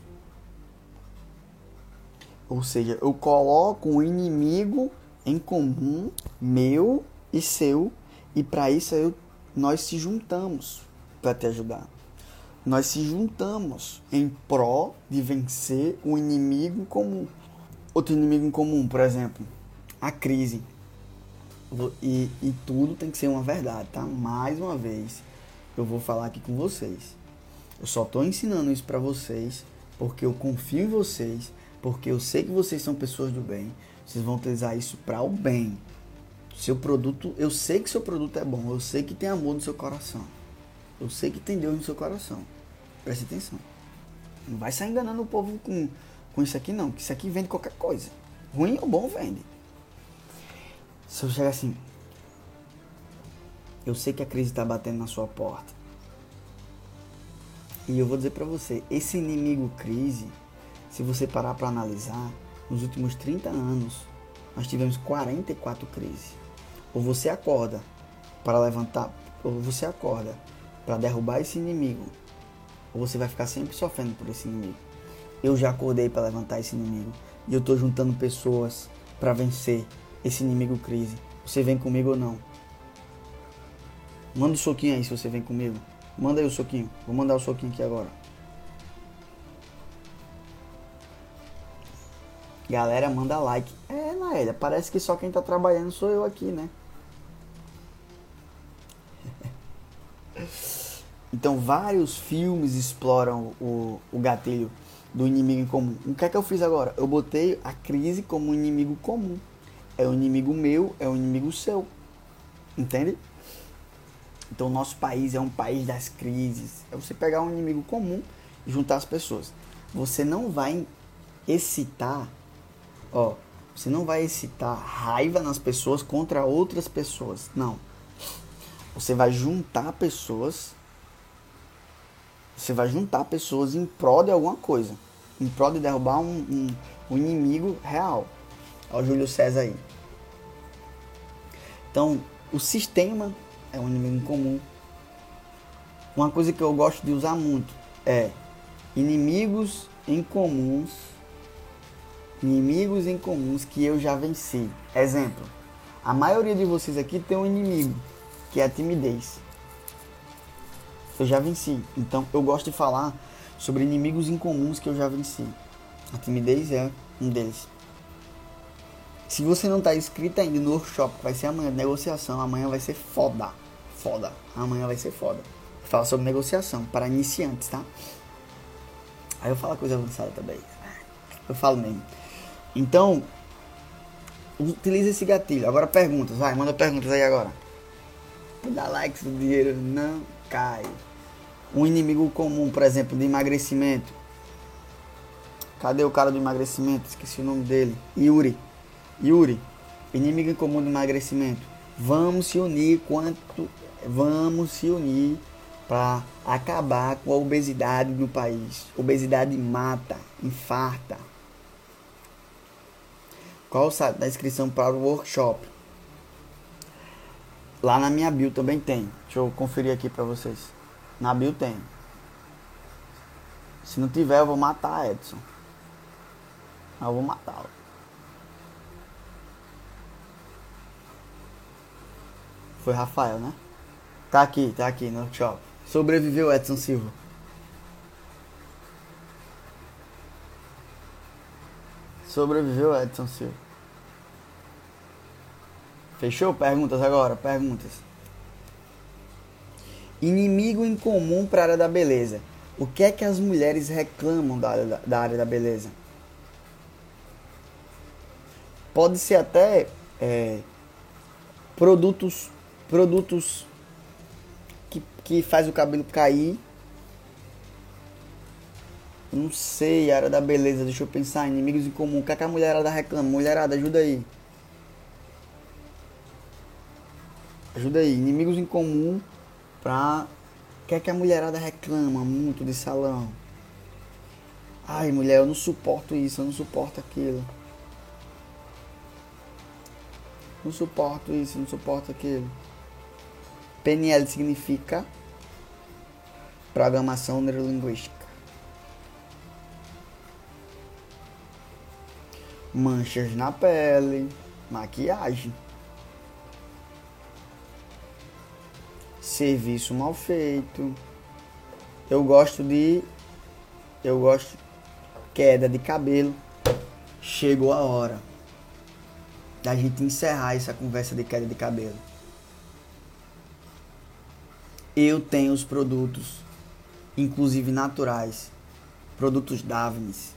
Ou seja, eu coloco um inimigo em comum, meu e seu, e para isso nós se juntamos para te ajudar. Nós se juntamos em pró de vencer um inimigo comum. Outro inimigo em comum, por exemplo, a crise. E tudo tem que ser uma verdade, tá? Mais uma vez, eu vou falar aqui com vocês. Eu só estou ensinando isso para vocês porque eu confio em vocês, porque eu sei que vocês são pessoas do bem. Vocês vão utilizar isso para o bem. Seu produto, eu sei que seu produto é bom, eu sei que tem amor no seu coração. Eu sei que tem Deus no seu coração. Preste atenção. Não vai sair enganando o povo com isso aqui não, que isso aqui vende qualquer coisa. Ruim ou bom vende. Se eu chegar assim, eu sei que a crise está batendo na sua porta. E eu vou dizer para você, esse inimigo crise, se você parar para analisar, nos últimos 30 anos, nós tivemos 44 crises. Ou você acorda para levantar, ou você acorda para derrubar esse inimigo, ou você vai ficar sempre sofrendo por esse inimigo. Eu já acordei para levantar esse inimigo, e eu estou juntando pessoas para vencer esse inimigo crise. Você vem comigo ou não? Manda um soquinho aí se você vem comigo. Manda aí o soquinho. Vou mandar o soquinho aqui agora. Galera, manda like. É, Naélia, parece que só quem tá trabalhando sou eu aqui, né? Então, vários filmes exploram o gatilho do inimigo em comum. O que é que eu fiz agora? Eu botei a crise como um inimigo comum. É um inimigo meu, é um inimigo seu. Entende? Então, o nosso país é um país das crises. É você pegar um inimigo comum e juntar as pessoas. Você não vai excitar... você não vai excitar raiva nas pessoas contra outras pessoas. Não. Você vai juntar pessoas. Você vai juntar pessoas em prol de alguma coisa. Em prol de derrubar um inimigo real. Olha o Júlio César aí. Então, o sistema é um inimigo em comum. Uma coisa que eu gosto de usar muito é inimigos em comuns. Inimigos em comuns que eu já venci. Exemplo, a maioria de vocês aqui tem um inimigo, que é a timidez. Eu já venci. Então, eu gosto de falar sobre inimigos em comuns que eu já venci. A timidez é um deles. Se você não está inscrito ainda no workshop, que vai ser amanhã, negociação, amanhã vai ser foda. Foda. Amanhã vai ser foda. Fala sobre negociação para iniciantes, tá? Aí eu falo coisa avançada também. Eu falo mesmo. Então, utiliza esse gatilho. Agora perguntas, vai, manda perguntas aí agora. Dá like se o dinheiro não cai. Um inimigo comum, por exemplo, de emagrecimento. Cadê o cara do emagrecimento? Esqueci o nome dele. Yuri, inimigo em comum de emagrecimento. Vamos se unir para acabar com a obesidade no país. Obesidade mata, infarta. Qual o site da inscrição para o workshop? Lá na minha bio também tem. Deixa eu conferir aqui para vocês. Na bio tem. Se não tiver, eu vou matar a Edson. Eu vou matá-lo. Foi Rafael, né? Tá aqui no workshop. Sobreviveu Edson Silva. Sobreviveu, Edson Silva. Fechou? Perguntas agora, perguntas. Inimigo em comum para a área da beleza. O que é que as mulheres reclamam da área da beleza? Pode ser até produtos que faz o cabelo cair. Não sei, área da beleza, deixa eu pensar. Inimigos em comum, o que é que a mulherada reclama? Mulherada, ajuda aí. Ajuda aí, inimigos em comum pra... O que é que a mulherada reclama muito de salão? Ai, mulher, eu não suporto isso, eu não suporto aquilo. Não suporto isso, não suporto aquilo. PNL significa Programação Neurolinguística. Manchas na pele, maquiagem. Serviço mal feito. Eu gosto queda de cabelo. Chegou a hora da gente encerrar essa conversa de queda de cabelo. Eu tenho os produtos, inclusive naturais, produtos Davines.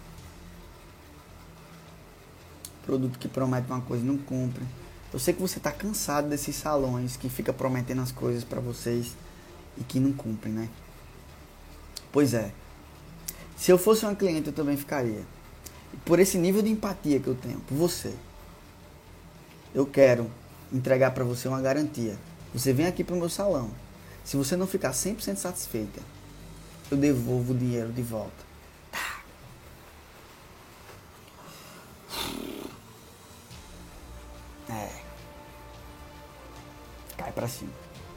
Produto que promete uma coisa e não cumpre. Eu sei que você está cansado desses salões que fica prometendo as coisas para vocês e que não cumprem, né? Pois é. Se eu fosse uma cliente, eu também ficaria. Por esse nível de empatia que eu tenho por você, eu quero entregar para você uma garantia. Você vem aqui para o meu salão. Se você não ficar 100% satisfeita, eu devolvo o dinheiro de volta. Cai pra cima.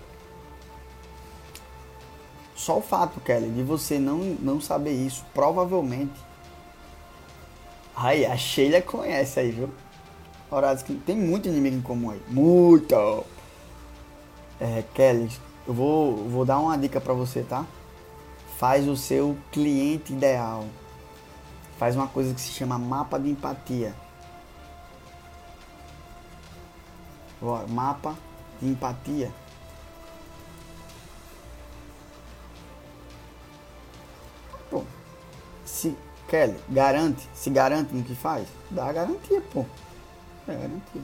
Só o fato, Kelly, de você não saber isso, provavelmente... Aí, a Sheila conhece aí, viu? Horários que tem muito inimigo em comum aí. Muito! Kelly, eu vou dar uma dica pra você, tá? Faz o seu cliente ideal. Faz uma coisa que se chama mapa de empatia. Agora, mapa de empatia. Pô, Kelly, se garante no que faz? Dá a garantia, pô. É garantia.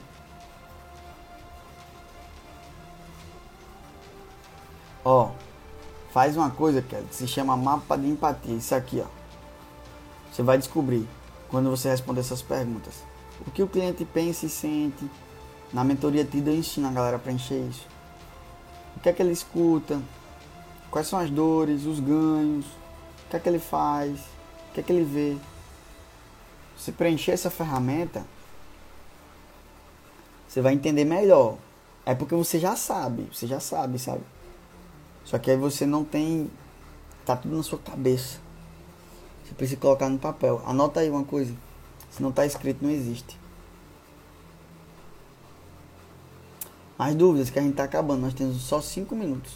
Ó, faz uma coisa, Kelly, que se chama mapa de empatia. Isso aqui, ó. Você vai descobrir, quando você responder essas perguntas, o que o cliente pensa e sente. Na mentoria TIDA eu ensino a galera a preencher isso. O que é que ele escuta? Quais são as dores, os ganhos? O que é que ele faz? O que é que ele vê? Se preencher essa ferramenta, você vai entender melhor. É porque você já sabe, sabe? Só que aí você não tem... Tá tudo na sua cabeça. Você precisa colocar no papel. Anota aí uma coisa. Se não tá escrito, não existe. Mais dúvidas que a gente tá acabando. Nós temos só 5 minutos.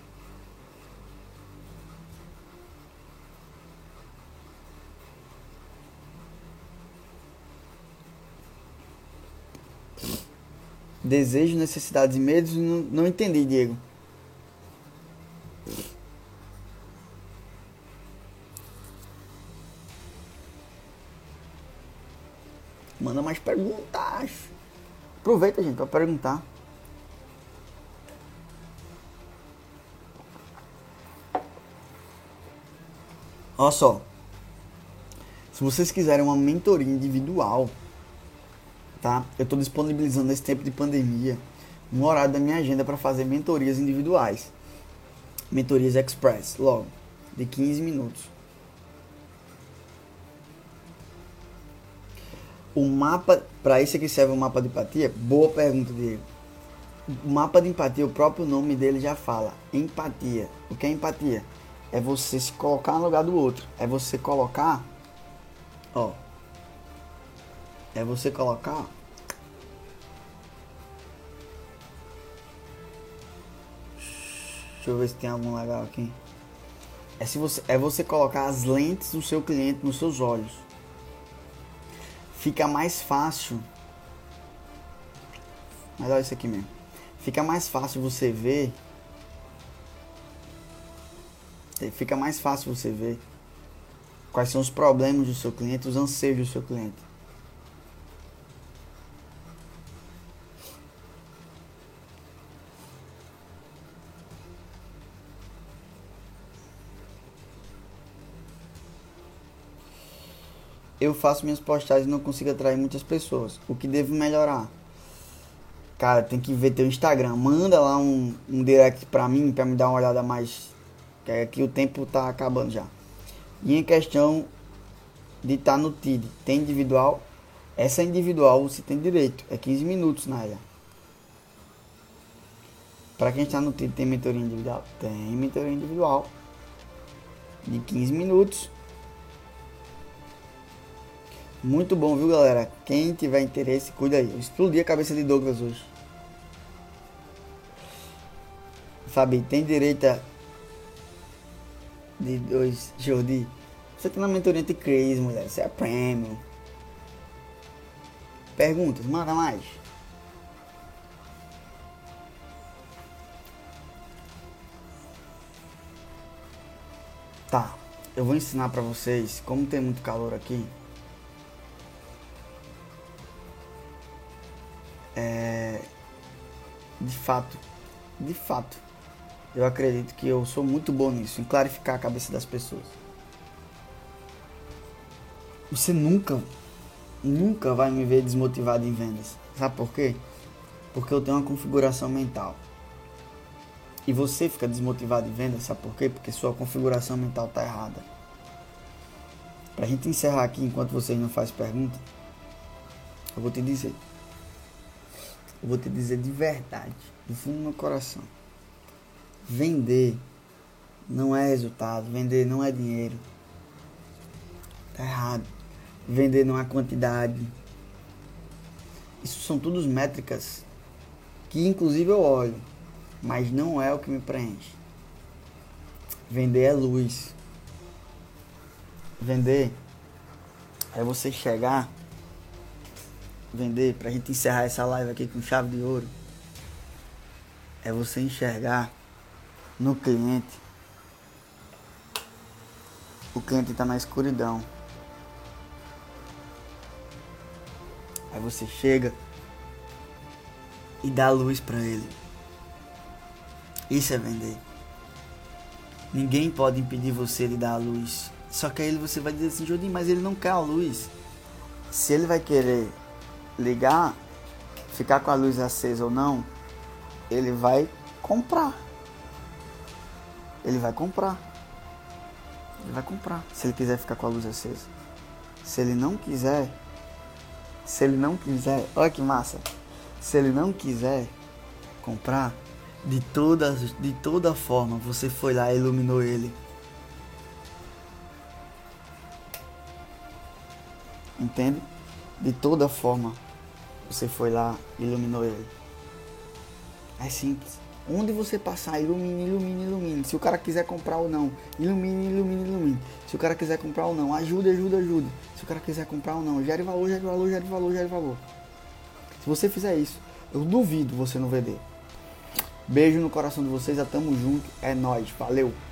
Desejos, necessidades e medos. Não entendi, Diego. Manda mais perguntas. Aproveita, gente, para perguntar. Olha só. Se vocês quiserem uma mentoria individual, tá? Eu estou disponibilizando nesse tempo de pandemia um horário da minha agenda para fazer mentorias individuais. Mentorias Express, logo, de 15 minutos. O mapa, para isso aqui serve o mapa de empatia? Boa pergunta, Diego. O mapa de empatia, o próprio nome dele já fala. Empatia. O que é empatia? É você se colocar no lugar do outro. É você colocar... Ó. É você colocar... Deixa eu ver se tem algum legal aqui. É você colocar as lentes do seu cliente nos seus olhos. fica mais fácil. Melhor isso aqui mesmo. Fica mais fácil você ver. Fica mais fácil você ver quais são os problemas do seu cliente, os anseios do seu cliente. Eu faço minhas postagens e não consigo atrair muitas pessoas. O que devo melhorar? Cara, tem que ver teu Instagram. Manda lá um direct pra mim, pra me dar uma olhada mais. Que aqui o tempo tá acabando já. E em questão de estar no TID, tem individual? Essa individual você tem direito. É 15 minutos na área. Pra quem está no TID, tem mentoria individual? Tem mentoria individual. De 15 minutos. Muito bom, viu, galera? Quem tiver interesse, cuida aí. Eu explodi a cabeça de Douglas hoje. Fabi, tem direita de 2, Jordi? Você tá na mentoria anti-crazy, mulher. Você é premium. Perguntas, manda mais. Tá, eu vou ensinar pra vocês, como tem muito calor aqui. De fato, eu acredito que eu sou muito bom nisso, em clarificar a cabeça das pessoas. Você nunca vai me ver desmotivado em vendas. Sabe por quê? Porque eu tenho uma configuração mental. E você fica desmotivado em vendas, sabe por quê? Porque sua configuração mental está errada. Pra gente encerrar aqui, enquanto vocês não fazem pergunta, eu vou te dizer. Eu vou te dizer de verdade, do fundo do meu coração. Vender não é resultado, vender não é dinheiro. Tá errado. Vender não é quantidade. Isso são todas métricas que inclusive eu olho, mas não é o que me preenche. Vender é luz. Vender é você chegar. Vender, pra gente encerrar essa live aqui com chave de ouro, é você enxergar no cliente. O cliente tá na escuridão. Aí você chega e dá luz pra ele. Isso é vender. Ninguém pode impedir você de dar a luz. Só que aí você vai dizer assim, Jodinho, mas ele não quer a luz. Se ele vai querer ligar, ficar com a luz acesa ou não, ele vai comprar. Ele vai comprar. Se ele quiser ficar com a luz acesa. Se ele não quiser, olha que massa. Se ele não quiser comprar, de toda forma, você foi lá e iluminou ele. Entende? De toda forma, você foi lá e iluminou ele. É simples. Onde você passar, ilumine. Se o cara quiser comprar ou não, ilumine. Se o cara quiser comprar ou não, ajude. Se o cara quiser comprar ou não, gere valor. Se você fizer isso, eu duvido você não vender. Beijo no coração de vocês, tamo junto, é nóis, valeu!